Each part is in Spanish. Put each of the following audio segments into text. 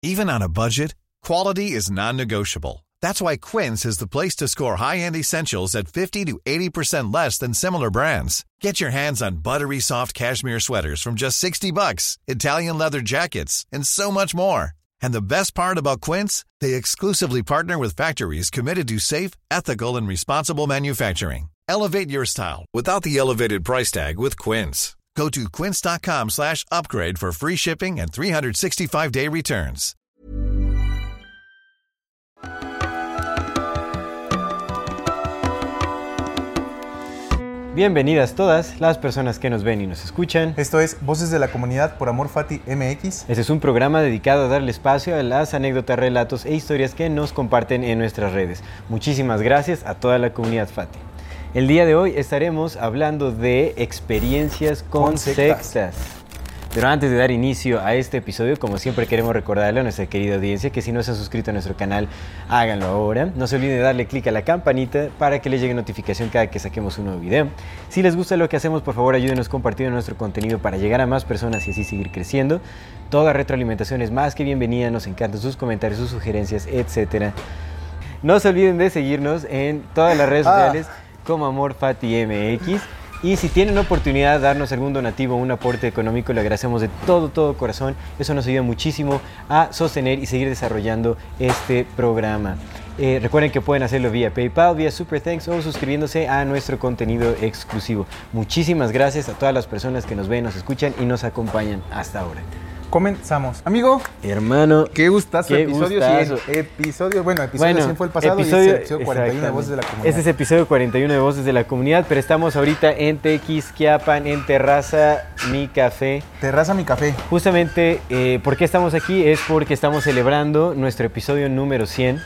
Even on a budget, quality is non-negotiable. That's why Quince is the place to score high-end essentials at 50 to 80% less than similar brands. Get your hands on buttery soft cashmere sweaters from just $60, Italian leather jackets, and so much more. And the best part about Quince, they exclusively partner with factories committed to safe, ethical, and responsible manufacturing. Elevate your style without the elevated price tag with Quince. Go to quince.com/upgrade for free shipping and 365-day returns. Bienvenidas todas las personas que nos ven y nos escuchan. Esto es Voces de la Comunidad por Amor Fati MX. Este es un programa dedicado a darle espacio a las anécdotas, relatos e historias que nos comparten en nuestras redes. Muchísimas gracias a toda la comunidad Fati. El día de hoy estaremos hablando de experiencias con sectas. Pero antes de dar inicio a este episodio, como siempre queremos recordarle a nuestra querida audiencia que si no se han suscrito a nuestro canal, háganlo ahora. No se olviden de darle clic a la campanita para que les llegue notificación cada que saquemos un nuevo video. Si les gusta lo que hacemos, por favor ayúdenos compartiendo nuestro contenido para llegar a más personas y así seguir creciendo. Toda retroalimentación es más que bienvenida, nos encantan sus comentarios, sus sugerencias, etc. No se olviden de seguirnos en todas las redes sociales como Amor Fati MX. Y si tienen la oportunidad de darnos algún donativo o un aporte económico, le agradecemos de todo corazón. Eso nos ayuda muchísimo a sostener y seguir desarrollando este programa. Recuerden que pueden hacerlo vía PayPal, vía Super Thanks o suscribiéndose a nuestro contenido exclusivo. Muchísimas gracias a todas las personas que nos ven, nos escuchan y nos acompañan hasta ahora. Comenzamos. Amigo. Hermano. Qué gustazo. Episodio 100. Episodio 100 fue el pasado y este es el episodio 41 de Voces de la Comunidad. Este es el episodio 41 de Voces de la Comunidad, pero estamos ahorita en Tequisquiapan, en Terraza Mi Café. Terraza Mi Café. Justamente, ¿por qué estamos aquí? Es porque estamos celebrando nuestro episodio número 100.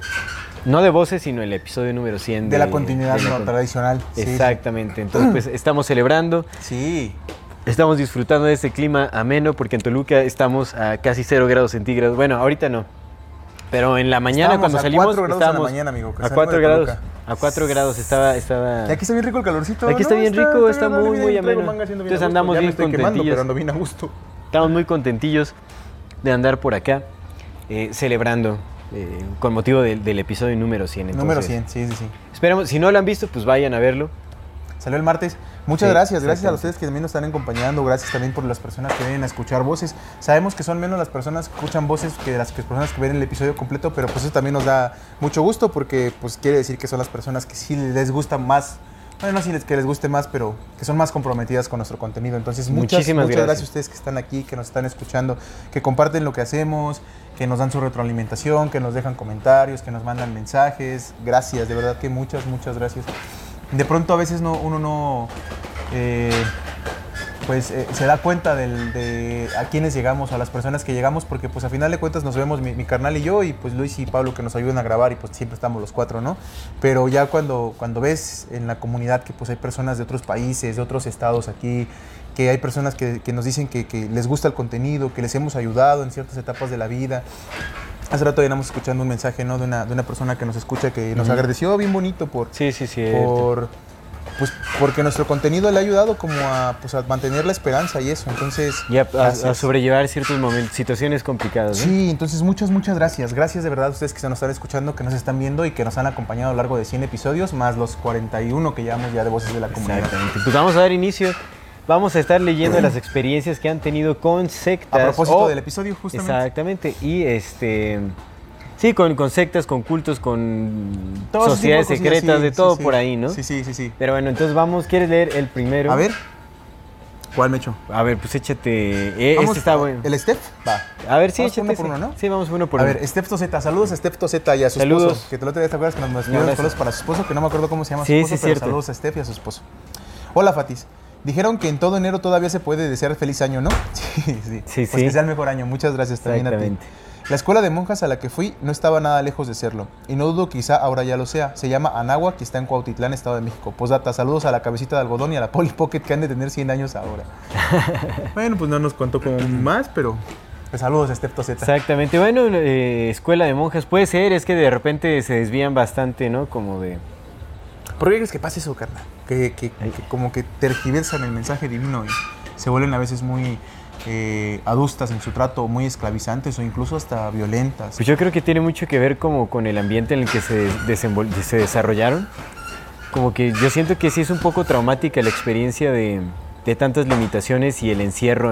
No de Voces, sino el episodio número 100. De la continuidad tradicional. Exactamente. Entonces, pues estamos celebrando. Sí. Estamos disfrutando de este clima ameno porque en Toluca estamos a casi 0 grados centígrados. Bueno, ahorita no. Pero en la mañana cuando salimos estábamos a 4 grados en la mañana, amigo. A 4 grados. A 4 grados estaba. Y aquí está bien rico el calorcito. Aquí está bien rico, está muy ameno. Entonces andamos bien contentillos. Pero ando bien a gusto. Estamos muy contentillos de andar por acá celebrando con motivo del episodio número 100. Entonces, número 100, sí. Esperemos, si no lo han visto, pues vayan a verlo. Salió el martes. Muchas gracias a ustedes que también nos están acompañando, gracias también por las personas que vienen a escuchar voces. Sabemos que son menos las personas que escuchan voces que las personas que ven el episodio completo, pero pues eso también nos da mucho gusto porque pues quiere decir que son las personas que sí les gusta más, bueno, no si que les guste más, pero que son más comprometidas con nuestro contenido. Entonces muchas gracias a ustedes que están aquí, que nos están escuchando, que comparten lo que hacemos, que nos dan su retroalimentación, que nos dejan comentarios, que nos mandan mensajes. Gracias, de verdad que muchas gracias. De pronto a veces uno no se da cuenta de a quiénes llegamos, a las personas que llegamos, porque pues a final de cuentas nos vemos mi carnal y yo, y pues Luis y Pablo que nos ayudan a grabar, y pues siempre estamos los 4, ¿no? Pero ya cuando ves en la comunidad que pues hay personas de otros países, de otros estados aquí, que hay personas que nos dicen que les gusta el contenido, que les hemos ayudado en ciertas etapas de la vida. Hace rato veníamos escuchando un mensaje, ¿no? de una persona que nos escucha, que nos agradeció bien bonito porque nuestro contenido le ha ayudado como a mantener la esperanza y eso. Entonces, y a sobrellevar ciertos momentos, situaciones complicadas, ¿no? Sí, entonces muchas gracias. Gracias de verdad a ustedes que se nos están escuchando, que nos están viendo y que nos han acompañado a lo largo de 100 episodios, más los 41 que llevamos ya de Voces de la Comunidad. Exactamente. Pues vamos a dar inicio. Vamos a estar leyendo las experiencias que han tenido con sectas. A propósito del episodio, justamente. Exactamente. Y sí, con sectas, con cultos, con sociedades secretas, de todo por ahí, ¿no? Sí. Pero bueno, entonces ¿quieres leer el primero? A ver. ¿Cuál me echo? A ver, pues échate. Este está bueno. ¿El Steph? Va. A ver, sí, vamos échate. Uno por uno, ¿no? Sí, vamos uno por uno. A ver, Steph Toseta. Saludos a Steph Toseta y a su esposo. Que te lo te acuerdas que nos escribieron saludos para su esposo, que no me acuerdo cómo se llama su esposo, pero cierto. Saludos a Steph y a su esposo. Hola, Fatis. Dijeron que en todo enero todavía se puede desear feliz año, ¿no? Sí. Pues que sea el mejor año. Muchas gracias también a ti. La escuela de monjas a la que fui no estaba nada lejos de serlo. Y no dudo quizá ahora ya lo sea. Se llama Anáhuac y está en Cuautitlán, Estado de México. Postdata, saludos a la cabecita de algodón y a la Polly Pocket que han de tener 100 años ahora. Bueno, pues no nos contó como más, pero... Pues saludos, Steph Toseta. Exactamente. Bueno, escuela de monjas puede ser, es que de repente se desvían bastante, ¿no? Como de... ¿Por qué crees que pasa eso, carnal? Que como que tergiversan el mensaje divino y se vuelven a veces muy adustas en su trato, muy esclavizantes o incluso hasta violentas. Pues yo creo que tiene mucho que ver como con el ambiente en el que se desarrollaron. Como que yo siento que sí es un poco traumática la experiencia de tantas limitaciones y el encierro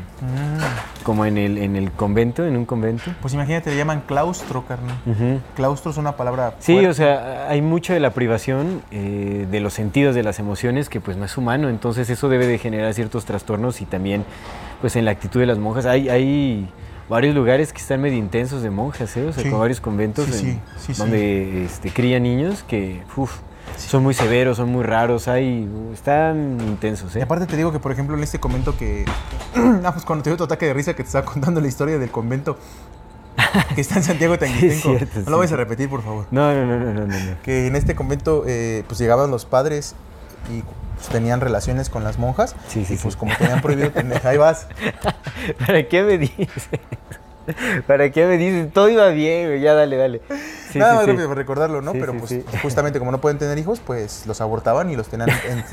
como en el convento, en un convento. Pues imagínate, le llaman claustro, carnal. Claustro es una palabra Sí, fuerte. o sea, hay mucho de la privación de los sentidos, de las emociones, que pues no es humano. Entonces eso debe de generar ciertos trastornos y también pues en la actitud de las monjas. Hay varios lugares que están medio intensos de monjas, ¿eh? O sea, Sí. con varios conventos Sí. donde crían niños que son muy severos, son muy raros, están intensos, Y ¿eh? aparte te digo que, por ejemplo, en este convento que... pues cuando te dio tu ataque de risa que te estaba contando la historia del convento que está en Santiago Tanguitenco. Es cierto, no sí. lo vayas a repetir, por favor. No. Que en este convento pues llegaban los padres y pues, tenían relaciones con las monjas. Sí, y pues sí. como tenían prohibido tener... Ahí vas. ¿Para qué me dices? ¿Para qué me dices? Todo iba bien, güey, ya dale. Sí, Nada sí, más sí. rápido para recordarlo, ¿no? Sí, Pero sí, pues sí. justamente como no pueden tener hijos, pues los abortaban y los tenían en...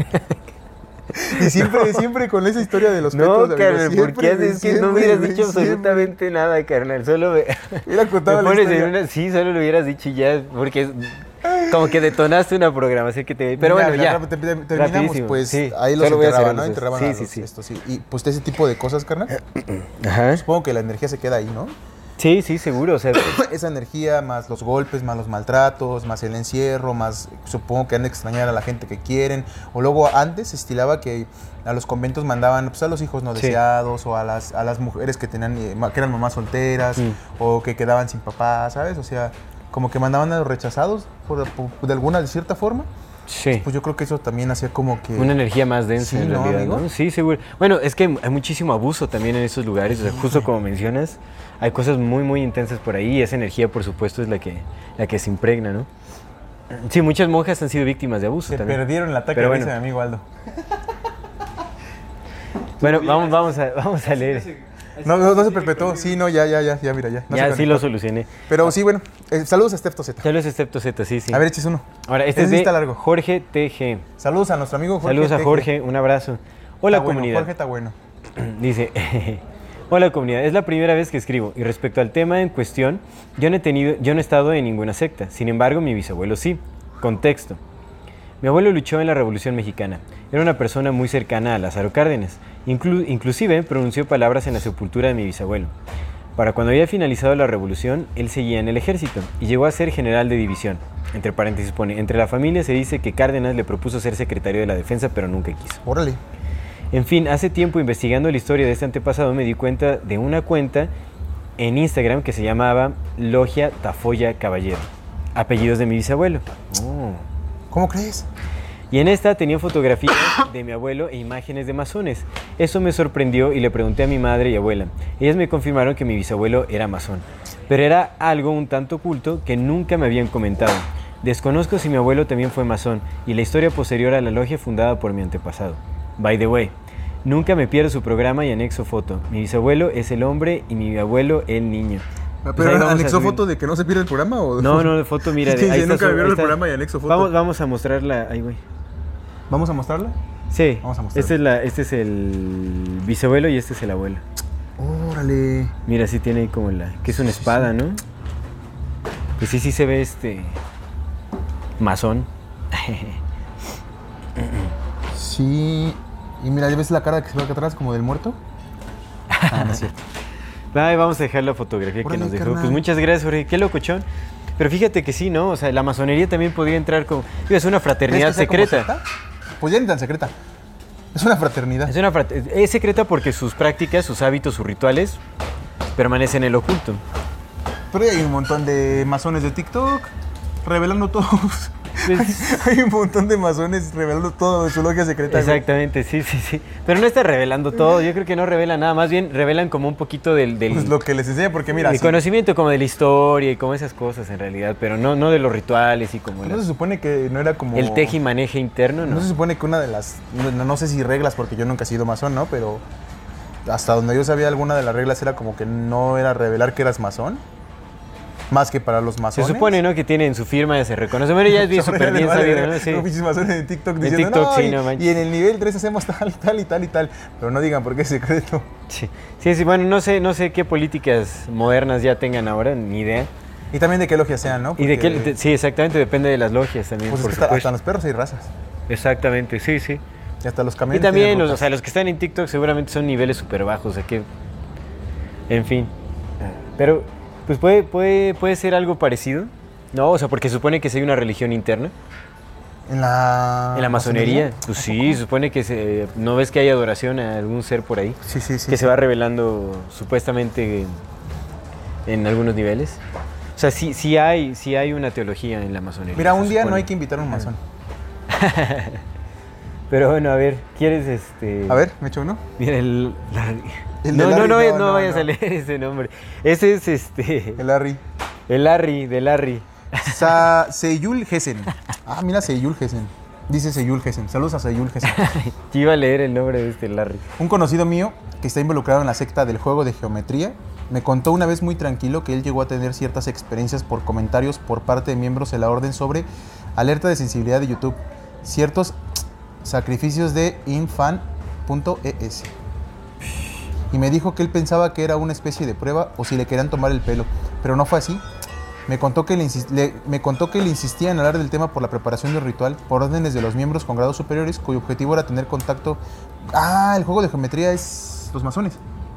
Y siempre con esa historia de los No, fetos, amigo, carnal, ¿por qué siempre, haces que no siempre, hubieras güey, dicho siempre. absolutamente nada, carnal? Solo Hubiera contado la historia. Sí, solo lo hubieras dicho y ya, porque como que detonaste una programación que te... Pero bueno, ya. Terminamos, rapidísimo, pues sí, ahí los solo voy a hacer enterraban, ¿no? eso. Enterraban Sí, a sí, los- sí. esto, sí. Y pues ese tipo de cosas, carnal, Ajá. supongo que la energía se queda ahí, ¿no? Sí, seguro, o sea... Esa energía, más los golpes, más los maltratos, más el encierro, más supongo que han de extrañar a la gente que quieren. O luego antes se estilaba que a los conventos mandaban pues, a los hijos no Sí. deseados o a las mujeres que tenían que eran mamás solteras o que quedaban sin papá, ¿sabes? O sea, como que mandaban a los rechazados de cierta forma. Sí. Pues yo creo que eso también hacía como que... Una energía más densa Sí, en ¿no, realidad, amigo? ¿no? Sí, seguro. Bueno, es que hay muchísimo abuso también en esos lugares, o sea, justo como mencionas, hay cosas muy, muy intensas por ahí y esa energía, por supuesto, es la que se impregna, ¿no? Sí, muchas monjas han sido víctimas de abuso Se también. perdieron el ataque Pero de bueno. risa de mi amigo Aldo. Bueno, vamos a leer. No se perpetuó. Sí, no, ya, mira, ya. No se Ya, sí conectó. lo solucioné. Pero sí, bueno. Saludos a Stefto Z. Saludos excepto Z, sí. A ver, eches uno. Ahora, este Ese es sí de está largo. Jorge TG. Saludos a nuestro amigo Jorge. Saludos a Teje. Jorge, un abrazo. Hola, Está bueno, comunidad. Jorge está bueno. Dice, hola comunidad, es la primera vez que escribo y respecto al tema en cuestión, yo no he estado en ninguna secta, sin embargo mi bisabuelo sí. Contexto. Mi abuelo luchó en la Revolución Mexicana, era una persona muy cercana a Lázaro Cárdenas, inclusive pronunció palabras en la sepultura de mi bisabuelo. Para cuando había finalizado la revolución, él seguía en el ejército y llegó a ser general de división. Entre paréntesis pone, entre la familia se dice que Cárdenas le propuso ser secretario de la defensa pero nunca quiso. Órale. En fin, hace tiempo investigando la historia de este antepasado me di cuenta de una cuenta en Instagram que se llamaba Logia Tafoya Caballero. Apellidos de mi bisabuelo. Oh. ¿Cómo crees? Y en esta tenía fotografías de mi abuelo e imágenes de masones. Eso me sorprendió y le pregunté a mi madre y abuela. Ellas me confirmaron que mi bisabuelo era masón, pero era algo un tanto oculto que nunca me habían comentado. Desconozco si mi abuelo también fue masón y la historia posterior a la logia fundada por mi antepasado. By the way, nunca me pierdo su programa y anexo foto. Mi bisabuelo es el hombre y mi abuelo el niño. Pues ahí ¿Pero vamos a anexó subir. foto de que no se pierde el programa? ¿O? No, de foto, mira. Es que ahí dice, nunca ahí vieron el programa y anexo foto. Vamos a mostrarla. Ahí, güey. ¿Vamos a mostrarla? Sí, Vamos a mostrarla. este es el bisabuelo y este es el abuelo. Órale. Mira, sí tiene ahí como que es una espada, ¿no? Pues sí se ve masón. Sí. Y mira, ¿ya ves la cara que se ve acá atrás como del muerto? Ah, no es cierto. Ay, vamos a dejar la fotografía que Órale, nos dejó. carnal. Pues muchas gracias, Jorge. Qué locochón. Pero fíjate que sí, ¿no? O sea, la masonería también podría entrar como... Digo, es una fraternidad ¿Crees que sea como secreta. secta? Pues ya ni tan secreta. Es una fraternidad. Es secreta porque sus prácticas, sus hábitos, sus rituales permanecen en el oculto. Pero hay un montón de masones de TikTok revelando todo. Pues, Hay un montón de masones revelando todo de su logia secreta. güey. exactamente, sí. Pero no está revelando todo. Yo creo que no revela nada. Más bien revelan como un poquito del Pues lo que les enseña, porque mira, el sí, conocimiento como de la historia y como esas cosas en realidad. Pero no de los rituales y como no se supone que no era como... el teje y maneje interno, ¿no? No se supone que una de las... No sé si reglas, porque yo nunca he sido masón, ¿no? Pero hasta donde yo sabía, alguna de las reglas era como que no era revelar que eras masón. Más que para los masones. Se supone, ¿no? Que tienen su firma, se reconoce. Bueno, ya es súper bien sabido, ¿no? Sí. Muchísimos masones en TikTok en diciendo, TikTok, no, sí, no manches. y en el nivel 3 hacemos tal, tal y tal y tal. Pero no digan por qué es secreto. Sí, bueno, no sé qué políticas modernas ya tengan ahora, ni idea. Y también de qué logia sean, ¿no? Porque, Sí, exactamente, depende de las logias también, pues por es que supuesto. hasta en los perros hay razas. Exactamente, sí. Y hasta los camiones. Y también, tienen o rutas. sea, los que están en TikTok seguramente son niveles súper bajos, o sea que... En fin. Pero, pues puede ser algo parecido, ¿no? O sea, porque supone que si hay una religión interna. ¿En la masonería? Pues sí, supone que ¿no ves que hay adoración a algún ser por ahí? Sí. Que se va revelando supuestamente en algunos niveles. O sea, sí hay una teología en la masonería. Mira, un día supone. no hay que invitar a un masón. Pero bueno, a ver, ¿quieres A ver, ¿me echo uno? Mira, El de no Larry, no vayas a leer ese nombre. Ese es El Larry. El Larry, de Larry. Seyul Gessen. Ah, mira, Seyul Gessen. Dice Seyul Gessen. Saludos a Seyul Gessen. Yo iba a leer el nombre de este Larry. Un conocido mío que está involucrado en la secta del juego de geometría me contó una vez muy tranquilo que él llegó a tener ciertas experiencias por comentarios por parte de miembros de la orden sobre alerta de sensibilidad de YouTube, ciertos sacrificios de infan.es. Y me dijo que él pensaba que era una especie de prueba o si le querían tomar el pelo, pero no fue así. Me contó que le insistía en hablar del tema por la preparación del ritual, por órdenes de los miembros con grados superiores, cuyo objetivo era tener contacto... Ah, el juego de geometría es los masones.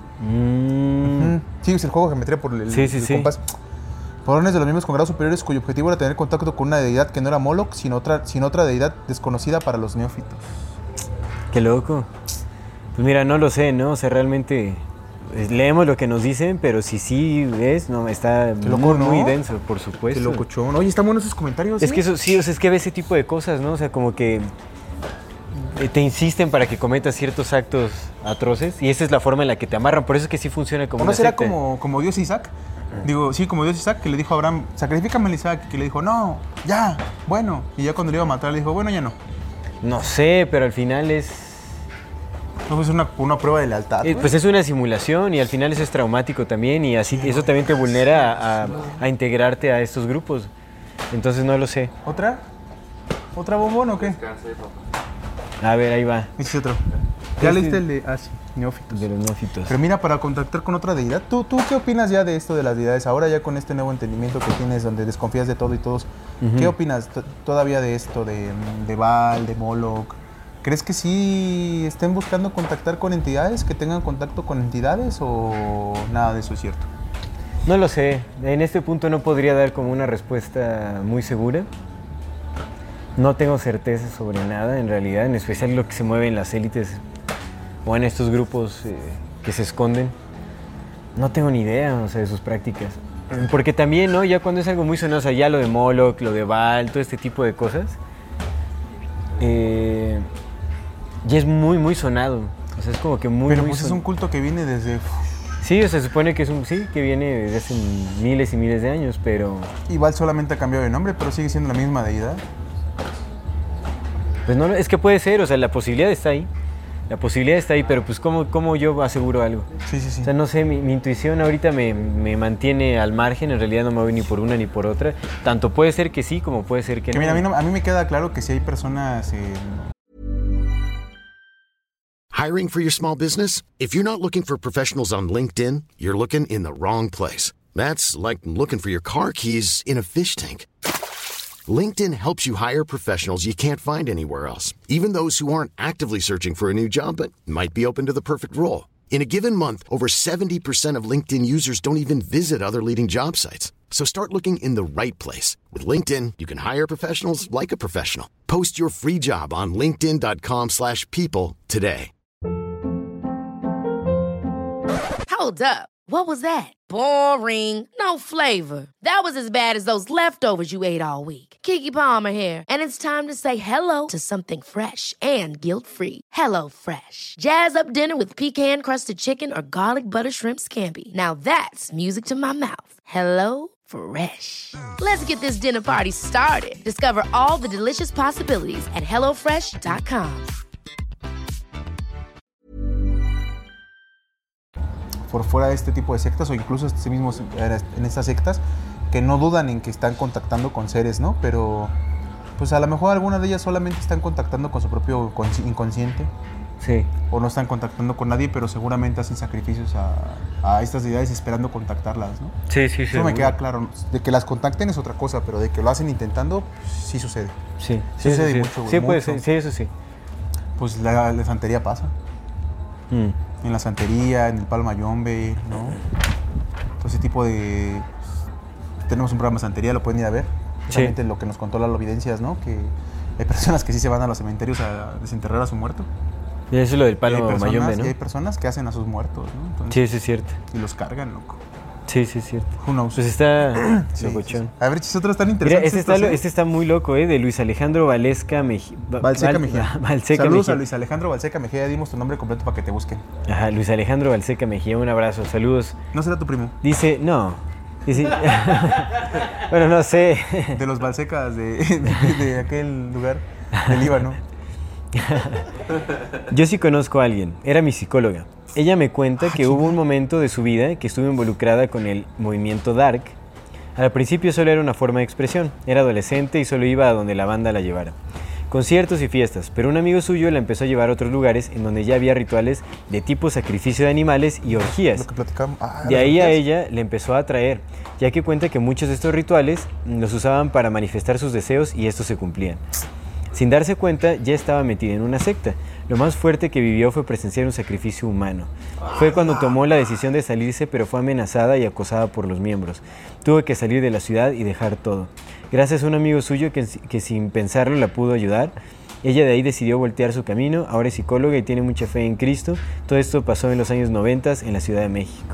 Sí, es el juego de geometría por el compás. Por órdenes de los miembros con grados superiores, cuyo objetivo era tener contacto con una deidad que no era Moloch, sino otra deidad desconocida para los neófitos. Qué loco. Pues mira, no lo sé, ¿no? O sea, realmente leemos lo que nos dicen, pero si sí ves, no, está loco, ¿no? muy denso, por supuesto. Qué locochón. Oye, están buenos esos comentarios. Es que eso, sí, o sea, es que ve ese tipo de cosas, ¿no? O sea, como que te insisten para que cometas ciertos actos atroces y esa es la forma en la que te amarran. Por eso es que sí funciona como ¿O no una será secta. como Dios Isaac? Digo, sí, como Dios Isaac, que le dijo a Abraham, sacrifícame a Isaac, que le dijo, no, ya, bueno. Y ya cuando le iba a matar, le dijo, bueno, ya no. No sé, pero al final es... No, es una prueba de lealtad. Pues es una simulación y al final eso es traumático también y así eso también te vulnera a integrarte a estos grupos. Entonces no lo sé. ¿Otra? ¿Otra bombón o qué? A ver, ahí va. Ese es otro. ¿Ya leíste el de sí, neófitos? De los neófitos. Pero mira, para contactar con otra deidad, ¿tú qué opinas ya de esto de las deidades? Ahora ya con este nuevo entendimiento que tienes, donde desconfías de todo y todos, ¿qué opinas todavía de esto, de Baal, de Moloch? ¿Crees que sí estén buscando contactar con entidades, que tengan contacto con entidades o nada de eso es cierto? No lo sé. En este punto no podría dar como una respuesta muy segura. No tengo certeza sobre nada, en realidad, en especial lo que se mueve en las élites o en estos grupos que se esconden. No tengo ni idea, o sea, de sus prácticas. Porque también, ¿no? Ya cuando es algo muy sonado, o sea, ya lo de Moloch, lo de Baal, todo este tipo de cosas, ya es muy, muy sonado. O sea, es como que muy, pero muy pues es un culto que viene desde... Sí, o sea, se supone que que viene desde hace miles y miles de años, pero... Igual solamente ha cambiado de nombre, pero sigue siendo la misma deidad. Pues no, es que puede ser, o sea, la posibilidad está ahí. La posibilidad está ahí, pero pues ¿cómo yo aseguro algo? Sí. O sea, no sé, mi intuición ahorita me mantiene al margen, en realidad no me voy ni por una ni por otra. Tanto puede ser que sí, como puede ser que no. Mira, a mí me queda claro que si hay personas... Hiring for your small business? If you're not looking for professionals on LinkedIn, you're looking in the wrong place. That's like looking for your car keys in a fish tank. LinkedIn helps you hire professionals you can't find anywhere else, even those who aren't actively searching for a new job but might be open to the perfect role. In a given month, over 70% of LinkedIn users don't even visit other leading job sites. So start looking in the right place. With LinkedIn, you can hire professionals like a professional. Post your free job on linkedin.com/people today. Hold up. What was that? Boring. No flavor. That was as bad as those leftovers you ate all week. Keke Palmer here, and it's time to say hello to something fresh and guilt-free. Hello Fresh. Jazz up dinner with pecan-crusted chicken or garlic butter shrimp scampi. Now that's music to my mouth. Hello Fresh. Let's get this dinner party started. Discover all the delicious possibilities at hellofresh.com. por fuera de este tipo de sectas o incluso en estas sectas que no dudan en que están contactando con seres, ¿no? Pero pues a lo mejor algunas de ellas solamente están contactando con su propio inconsciente. Sí. O no están contactando con nadie, pero seguramente hacen sacrificios a estas deidades esperando contactarlas, ¿no? Sí, sí, sí. Eso me queda claro. De que las contacten es otra cosa, pero de que lo hacen intentando, pues, sí sucede. Sí, Sí sucede sí. mucho, güey, Sí, puede mucho. ser, sí, eso sí. Pues la santería pasa. En la santería, en el palo mayombe, ¿no? Todo ese tipo de... pues, tenemos un programa de santería, lo pueden ir a ver. Realmente lo que nos contó Lalo Videncias, ¿no? Que hay personas que sí se van a los cementerios a desenterrar a su muerto. Y eso es lo del Y palo hay personas, mayombe, ¿no? y hay personas que hacen a sus muertos, ¿no? Entonces, Sí, eso es cierto. y los cargan, loco. Sí, sí, es cierto. Who knows? Pues está Sí, locochón. sí. A ver, chis, otros tan Mira, interesantes. este está muy loco, de Luis Alejandro Valesca Mejía. Balseca Mejía. Balseca Saludos Mejía. a Luis Alejandro Balseca Mejía. Ya dimos tu nombre completo para que te busquen. Ajá, Luis Alejandro Balseca Mejía, un abrazo, saludos. ¿No será tu primo? Dice, no. Dice, bueno, no sé. De los Balsecas de aquel lugar, del Líbano. Yo sí conozco a alguien, era mi psicóloga. Ella me cuenta que hubo un momento de su vida que estuvo involucrada con el movimiento dark. Al principio solo era una forma de expresión, era adolescente y solo iba a donde la banda la llevara. Conciertos y fiestas, pero un amigo suyo la empezó a llevar a otros lugares en donde ya había rituales de tipo sacrificio de animales y orgías. Lo que platicamos. De ahí a ella le empezó a atraer, ya que cuenta que muchos de estos rituales los usaban para manifestar sus deseos y estos se cumplían. Sin darse cuenta, ya estaba metida en una secta. Lo más fuerte que vivió fue presenciar un sacrificio humano. Fue cuando tomó la decisión de salirse, pero fue amenazada y acosada por los miembros. Tuvo que salir de la ciudad y dejar todo. Gracias a un amigo suyo que sin pensarlo la pudo ayudar, ella de ahí decidió voltear su camino. Ahora es psicóloga y tiene mucha fe en Cristo. Todo esto pasó en los años 90 en la Ciudad de México.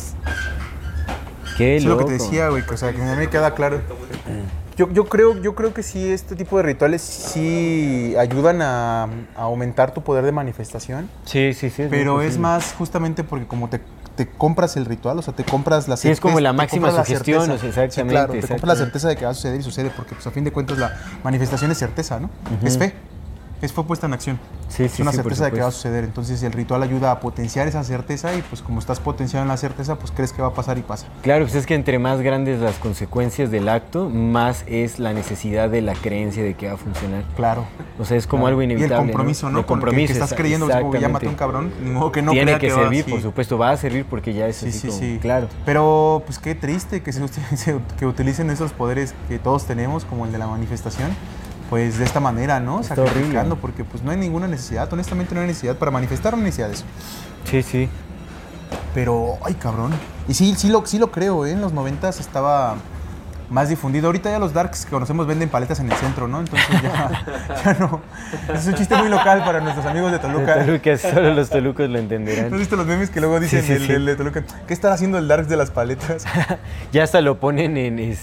Qué Eso es loco. lo que te decía, güey, que, o sea, que a mí me queda claro. Yo creo que sí, este tipo de rituales sí ayudan a aumentar tu poder de manifestación, Sí, sí, sí. pero muy es posible. más justamente porque como te compras el ritual, o sea, te compras la Sí, es como la máxima sugestión, certeza. o sea, exactamente, Sí, claro, te compras la exactamente. certeza de que va a suceder y sucede, porque pues a fin de cuentas la manifestación es certeza, ¿no? Es fe puesta en acción. Sí, Es sí, una sí, por certeza de que va a supuesto. suceder, entonces el ritual ayuda a potenciar esa certeza y pues como estás potenciado en la certeza, pues crees que va a pasar y pasa. Claro, pues es que entre más grandes las consecuencias del acto, más es la necesidad de la creencia de que va a funcionar. Claro. O sea, es como Claro. algo inevitable. Y el compromiso, ¿no? El Con compromiso. que estás creyendo, es como que ya mató a un cabrón, ni modo que no Tiene crea que va, servir, sí. por supuesto, va a servir porque ya es Sí, así sí, como, sí. claro. Pero pues qué triste que que utilicen esos poderes que todos tenemos, como el de la manifestación, pues de esta manera, ¿no? Está Sacrificando, horrible. porque pues no hay ninguna necesidad, honestamente no hay necesidad para manifestar, no hay necesidad de eso. Sí, sí. Pero, ay, cabrón. Y sí lo creo, ¿eh? En los 90s estaba más difundido. Ahorita ya los darks que conocemos venden paletas en el centro, ¿no? Entonces ya no. Es un chiste muy local para nuestros amigos de Toluca. Toluca, solo los tolucos lo entenderán. ¿No has visto los memes que luego dicen Sí, sí, sí. el de Toluca? ¿Qué estará haciendo el darks de las paletas? Ya hasta lo ponen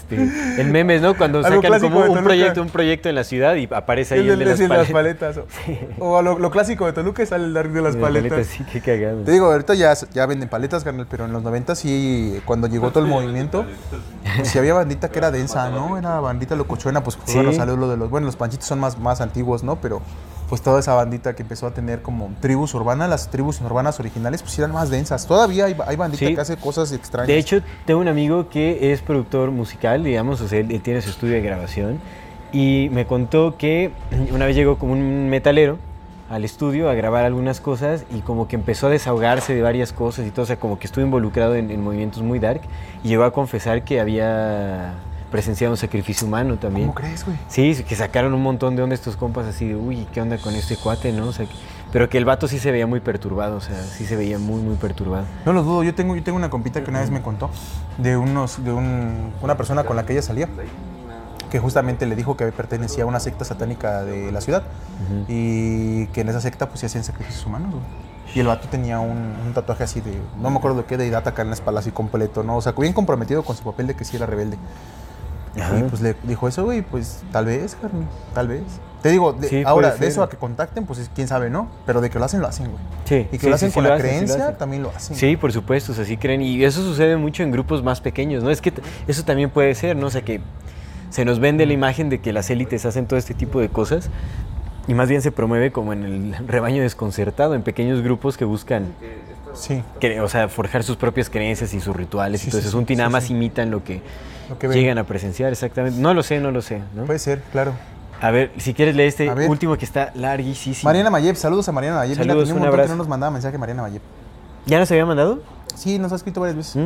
en memes, ¿no? Cuando Algo sacan clásico como de un Toluca. proyecto en la ciudad y aparece ahí el de las sí, paletas. O a lo clásico de Toluca sale el dark de las De paletas. Sí, qué cagado. Te digo, ahorita ya venden paletas, carnal, pero en los 90 sí, cuando llegó todo el movimiento, pues sí había bandita que era densa, ¿no? Era bandita locochona, pues Sí. bueno, salió lo de los panchitos son más antiguos, ¿no? Pero pues toda esa bandita que empezó a tener como tribus urbanas, las tribus urbanas originales, pues eran más densas. Todavía hay bandita Sí. que hace cosas extrañas. De hecho, tengo un amigo que es productor musical, digamos, o sea, él tiene su estudio de grabación y me contó que una vez llegó como un metalero al estudio a grabar algunas cosas y como que empezó a desahogarse de varias cosas y todo, o sea, como que estuvo involucrado en movimientos muy dark y llegó a confesar que había presenciado un sacrificio humano también. ¿Cómo crees, güey? Sí, que sacaron un montón de onda estos compas así de, uy, ¿qué onda con este cuate, no? O sea, pero que el vato sí se veía muy perturbado, o sea, sí se veía muy, muy perturbado. No lo dudo, yo tengo una compita que una vez me contó de una persona con la que ella salía, que justamente le dijo que pertenecía a una secta satánica de la ciudad y que en esa secta pues se hacían sacrificios humanos, güey. Y el vato tenía un tatuaje así de, no me acuerdo de qué, deidad acá en la espalda así completo, ¿no? O sea, bien comprometido con su papel de que sí era rebelde. Ajá. Y pues le dijo eso, güey, pues tal vez, carnal, tal vez. Te digo, Sí, ahora, puede de eso ser. a que contacten, pues quién sabe, ¿no? Pero de que lo hacen, güey. Sí, Y que sí, lo hacen sí, con sí la lo hacen, sí lo creencia, hacen. también lo hacen. Sí, por supuesto, o sea, sí creen. Y eso sucede mucho en grupos más pequeños, ¿no? Es que eso también puede ser, ¿no? O sea, que se nos vende la imagen de que las élites hacen todo este tipo de cosas y más bien se promueve como en el rebaño desconcertado, en pequeños grupos que buscan, Sí. o sea, forjar sus propias creencias y sus rituales. Sí, Entonces, sí, un sí, nada sí, más sí. imitan lo que ven. llegan a presenciar exactamente. No lo sé, ¿no? Puede ser, claro. A ver, si quieres leer este último que está larguísimo. Mariana Mayeb, saludos a Mariana Mayeb. Saludos, tenía un montón que no nos mandaba mensaje Mariana Mayeb. ¿Ya nos había mandado? Sí, nos ha escrito varias veces.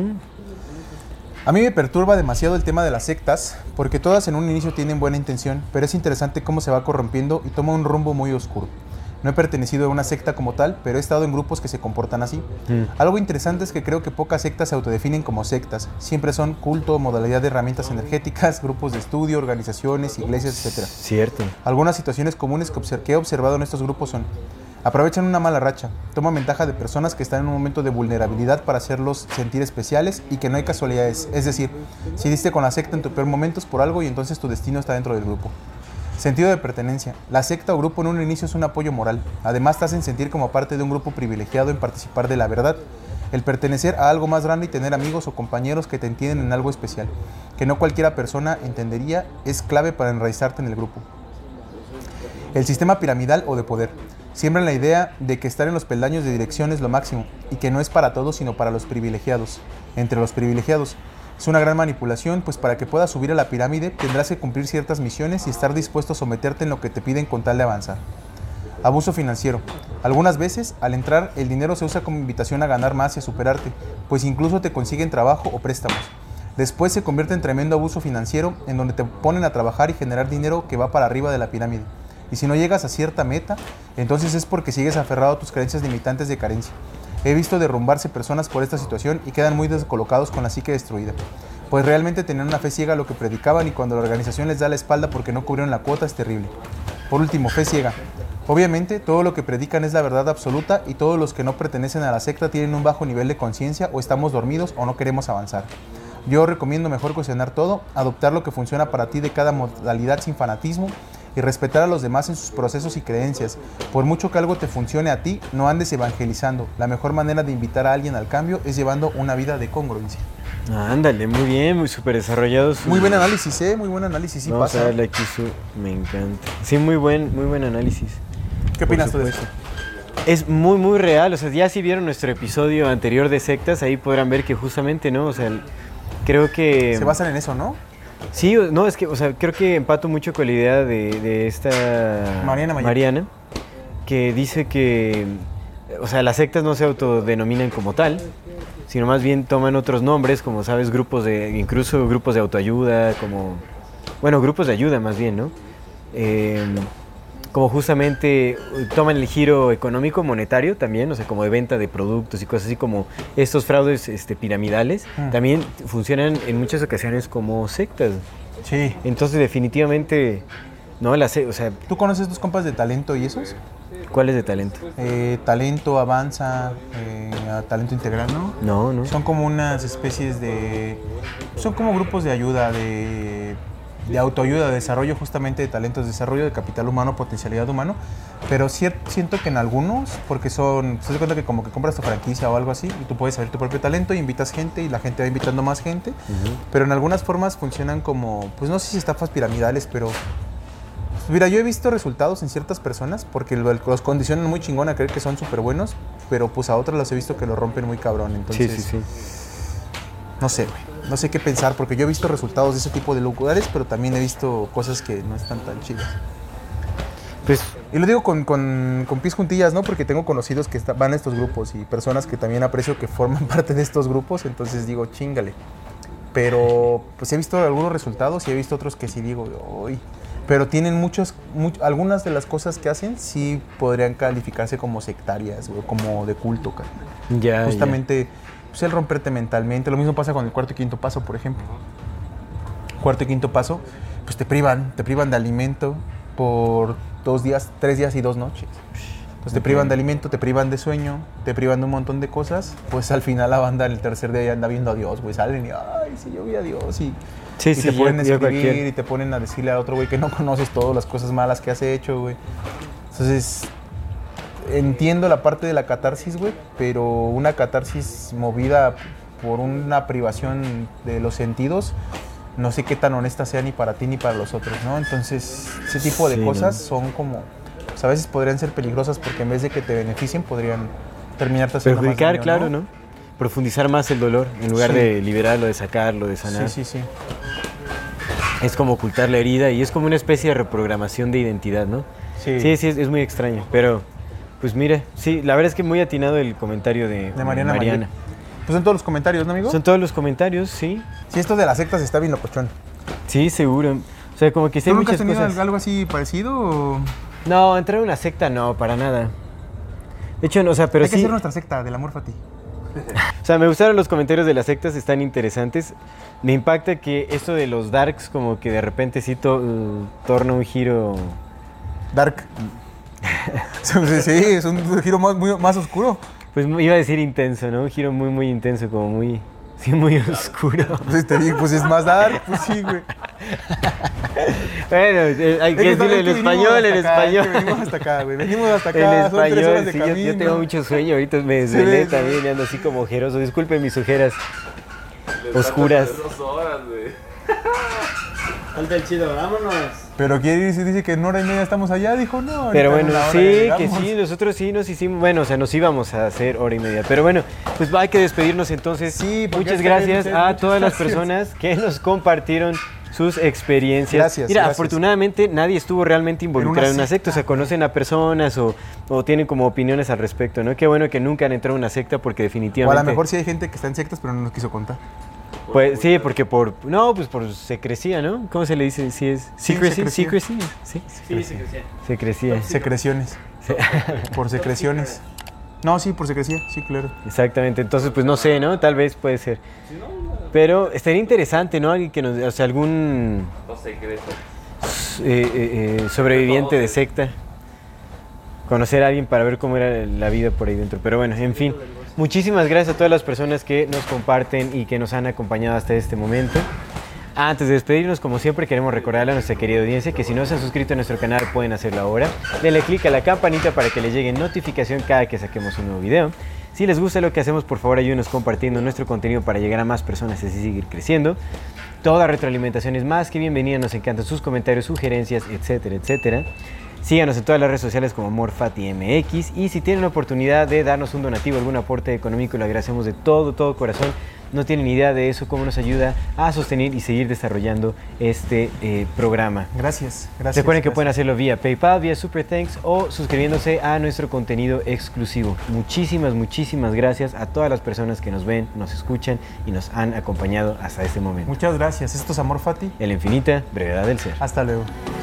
A mí me perturba demasiado el tema de las sectas, porque todas en un inicio tienen buena intención, pero es interesante cómo se va corrompiendo y toma un rumbo muy oscuro. No he pertenecido a una secta como tal, pero he estado en grupos que se comportan así. Algo interesante es que creo que pocas sectas se autodefinen como sectas. Siempre son culto, modalidad de herramientas energéticas, grupos de estudio, organizaciones, iglesias, etc. Cierto. Algunas situaciones comunes que he observado en estos grupos son: aprovechan una mala racha, toman ventaja de personas que están en un momento de vulnerabilidad para hacerlos sentir especiales y que no hay casualidades. Es decir, si diste con la secta en tu peor momento es por algo y entonces tu destino está dentro del grupo. Sentido de pertenencia. La secta o grupo en un inicio es un apoyo moral. Además te hacen sentir como parte de un grupo privilegiado en participar de la verdad. El pertenecer a algo más grande y tener amigos o compañeros que te entienden en algo especial, que no cualquiera persona entendería, es clave para enraizarte en el grupo. El sistema piramidal o de poder. Siembran la idea de que estar en los peldaños de dirección es lo máximo y que no es para todos sino para los privilegiados. Entre los privilegiados. Es una gran manipulación, pues para que puedas subir a la pirámide tendrás que cumplir ciertas misiones y estar dispuesto a someterte en lo que te piden con tal de avanzar. Abuso financiero. Algunas veces, al entrar, el dinero se usa como invitación a ganar más y a superarte, pues incluso te consiguen trabajo o préstamos. Después se convierte en tremendo abuso financiero, en donde te ponen a trabajar y generar dinero que va para arriba de la pirámide. Y si no llegas a cierta meta, entonces es porque sigues aferrado a tus creencias limitantes de carencia. He visto derrumbarse personas por esta situación y quedan muy descolocados con la psique destruida, pues realmente tenían una fe ciega a lo que predicaban y cuando la organización les da la espalda porque no cubrieron la cuota es terrible. Por último, fe ciega. Obviamente, todo lo que predican es la verdad absoluta y todos los que no pertenecen a la secta tienen un bajo nivel de conciencia o estamos dormidos o no queremos avanzar. Yo recomiendo mejor cuestionar todo, adoptar lo que funciona para ti de cada modalidad sin fanatismo y respetar a los demás en sus procesos y creencias. Por mucho que algo te funcione a ti, no andes evangelizando. La mejor manera de invitar a alguien al cambio es llevando una vida de congruencia. Ándale, muy bien, muy súper desarrollado. Muy buen análisis, muy buen análisis. Sí, vamos pasa. a darle aquí me encanta. Sí, muy buen análisis. ¿Qué opinas tú de eso? Es muy real, o sea, ya si vieron nuestro episodio anterior de sectas, ahí podrán ver que justamente, ¿no? O sea, creo que... Se basan en eso, ¿no? Sí, no, es que, o sea, creo que empato mucho con la idea de esta Mariana, que dice que, o sea, las sectas no se autodenominan como tal, sino más bien toman otros nombres, como sabes, incluso grupos de autoayuda, grupos de ayuda más bien, ¿no? Como justamente toman el giro económico, monetario también, o sea, como de venta de productos y cosas así, como estos fraudes piramidales, también funcionan en muchas ocasiones como sectas. Sí. Entonces, definitivamente, no, o sea... ¿Tú conoces tus compas de Talento y esos? ¿Cuáles de Talento? Talento, Avanza, Talento Integral, ¿no? No. Son como unas especies de... Son como grupos de ayuda, de autoayuda, de desarrollo justamente de talentos, desarrollo de capital humano, potencialidad humano, pero siento que en algunos, porque se da cuenta que como que compras tu franquicia o algo así y tú puedes abrir tu propio talento y invitas gente y la gente va invitando más gente, pero en algunas formas funcionan como, pues no sé si estafas piramidales, pero mira, yo he visto resultados en ciertas personas porque los condicionan muy chingón a creer que son súper buenos, pero pues a otras los he visto que lo rompen muy cabrón, entonces... Sí. No sé, güey. No sé qué pensar, porque yo he visto resultados de ese tipo de lugares, pero también he visto cosas que no están tan chidas. Pues, y lo digo con pies juntillas, ¿no? Porque tengo conocidos que van a estos grupos y personas que también aprecio que forman parte de estos grupos, entonces digo, chíngale. Pero pues he visto algunos resultados y he visto otros que sí digo, uy. Pero tienen algunas de las cosas que hacen sí podrían calificarse como sectarias o como de culto, carnal. Justamente... Pues el romperte mentalmente, lo mismo pasa con el cuarto y quinto paso, por ejemplo. Cuarto y quinto paso, pues te privan de alimento por 3 días y 2 noches. Pues te privan de alimento, te privan de sueño, te privan de un montón de cosas, pues al final la banda en el tercer día ya anda viendo a Dios, güey, salen y, ay, sí, yo vi a Dios, y te ponen a escribir y te ponen a decirle a otro güey que no conoces todas las cosas malas que has hecho, güey. Entonces... Entiendo la parte de la catarsis, güey, pero una catarsis movida por una privación de los sentidos, no sé qué tan honesta sea ni para ti ni para los otros, ¿no? Entonces, ese tipo de cosas son como, pues a veces podrían ser peligrosas porque en vez de que te beneficien, podrían terminarte haciendo perjudicar, más daño, claro, ¿no? profundizar más el dolor en lugar de liberarlo, de sacarlo, de sanar. Sí. Es como ocultar la herida y es como una especie de reprogramación de identidad, ¿no? Sí, es muy extraño, pero pues mire, sí, la verdad es que muy atinado el comentario de Mariana. Pues son todos los comentarios, ¿no, amigo? Son todos los comentarios, sí. Sí, esto de las sectas está bien locochón. Sí, seguro. O sea, como que sí ¿Tú hay nunca has muchas tenido cosas. algo así parecido o...? No, entrar a una secta no, para nada. De hecho, no, o sea, pero Hay que sí... hacer nuestra secta del amor Fati. O sea, me gustaron los comentarios de las sectas, están interesantes. Me impacta que esto de los darks como que de repente sí torna un giro... Dark. Sí, es un giro más oscuro. Pues iba a decir intenso, ¿no? Un giro muy, muy intenso, como muy... Sí, muy oscuro. Pues te digo, pues es más dark, pues sí, güey. Bueno, hay que decirlo en español, Venimos hasta acá, güey. Venimos hasta acá, en son 3 español, horas de sí, camino. yo tengo mucho sueño, ahorita me desvelé también, y ando así como ojeroso. Disculpen mis ojeras oscuras. 2 horas, güey. Falta el chido, vámonos. Pero quiere decir, dice que en 1 hora y media estamos allá, dijo no. Pero bueno, sí, que llegamos. sí, nosotros sí nos hicimos, bueno, o sea, nos íbamos a hacer 1 hora y media. Pero bueno, pues hay que despedirnos entonces. Sí, porque muchas está bien, gracias Vicente, a muchas todas las gracias. personas que nos compartieron sus experiencias. Gracias, Mira, gracias. afortunadamente nadie estuvo realmente involucrado en una secta, o sea, conocen a personas o tienen como opiniones al respecto, ¿no? Qué bueno que nunca han entrado a una secta porque O definitivamente... a lo mejor sí hay gente que está en sectas, pero no nos quiso contar. Pues sí, porque por secrecía, ¿no? ¿Cómo se le dice? Si es secrecy, secrecía. sí, secrecía. secrecía. Secreciones. Por secreciones. No, sí, por secrecía, sí, claro. Exactamente, entonces pues no sé, ¿no? Tal vez puede ser. Pero estaría interesante, ¿no? Alguien que nos, o sea, algún No secreto. sobreviviente de secta. Conocer a alguien para ver cómo era la vida por ahí dentro. Pero bueno, en fin. Muchísimas gracias a todas las personas que nos comparten y que nos han acompañado hasta este momento. Antes de despedirnos, como siempre, queremos recordarle a nuestra querida audiencia que si no se han suscrito a nuestro canal pueden hacerlo ahora. Denle click a la campanita para que les llegue notificación cada que saquemos un nuevo video. Si les gusta lo que hacemos, por favor ayúdenos compartiendo nuestro contenido para llegar a más personas y así seguir creciendo. Toda retroalimentación es más que bienvenida, nos encantan sus comentarios, sugerencias, etcétera, etcétera. Síganos en todas las redes sociales como AmorFatiMX y si tienen la oportunidad de darnos un donativo, algún aporte económico, lo agradecemos de todo corazón. No tienen idea de eso, cómo nos ayuda a sostener y seguir desarrollando este programa. Gracias. Recuerden que pueden hacerlo vía PayPal, vía Super Thanks o suscribiéndose a nuestro contenido exclusivo. Muchísimas gracias a todas las personas que nos ven, nos escuchan y nos han acompañado hasta este momento. Muchas gracias. Esto es Amor Fati. En la infinita brevedad del ser. Hasta luego.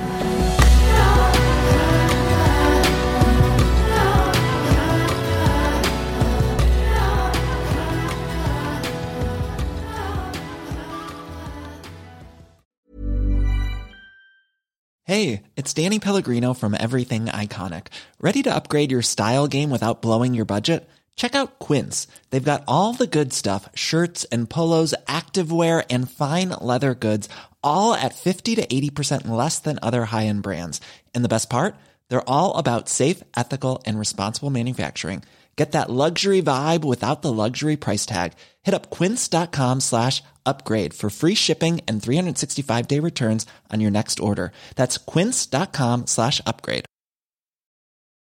Hey, it's Danny Pellegrino from Everything Iconic. Ready to upgrade your style game without blowing your budget? Check out Quince. They've got all the good stuff, shirts and polos, activewear, and fine leather goods, all at 50 to 80% less than other high-end brands. And the best part? They're all about safe, ethical, and responsible manufacturing. Get that luxury vibe without the luxury price tag. Hit up quince.com/upgrade for free shipping and 365-day returns on your next order. That's quince.com/upgrade.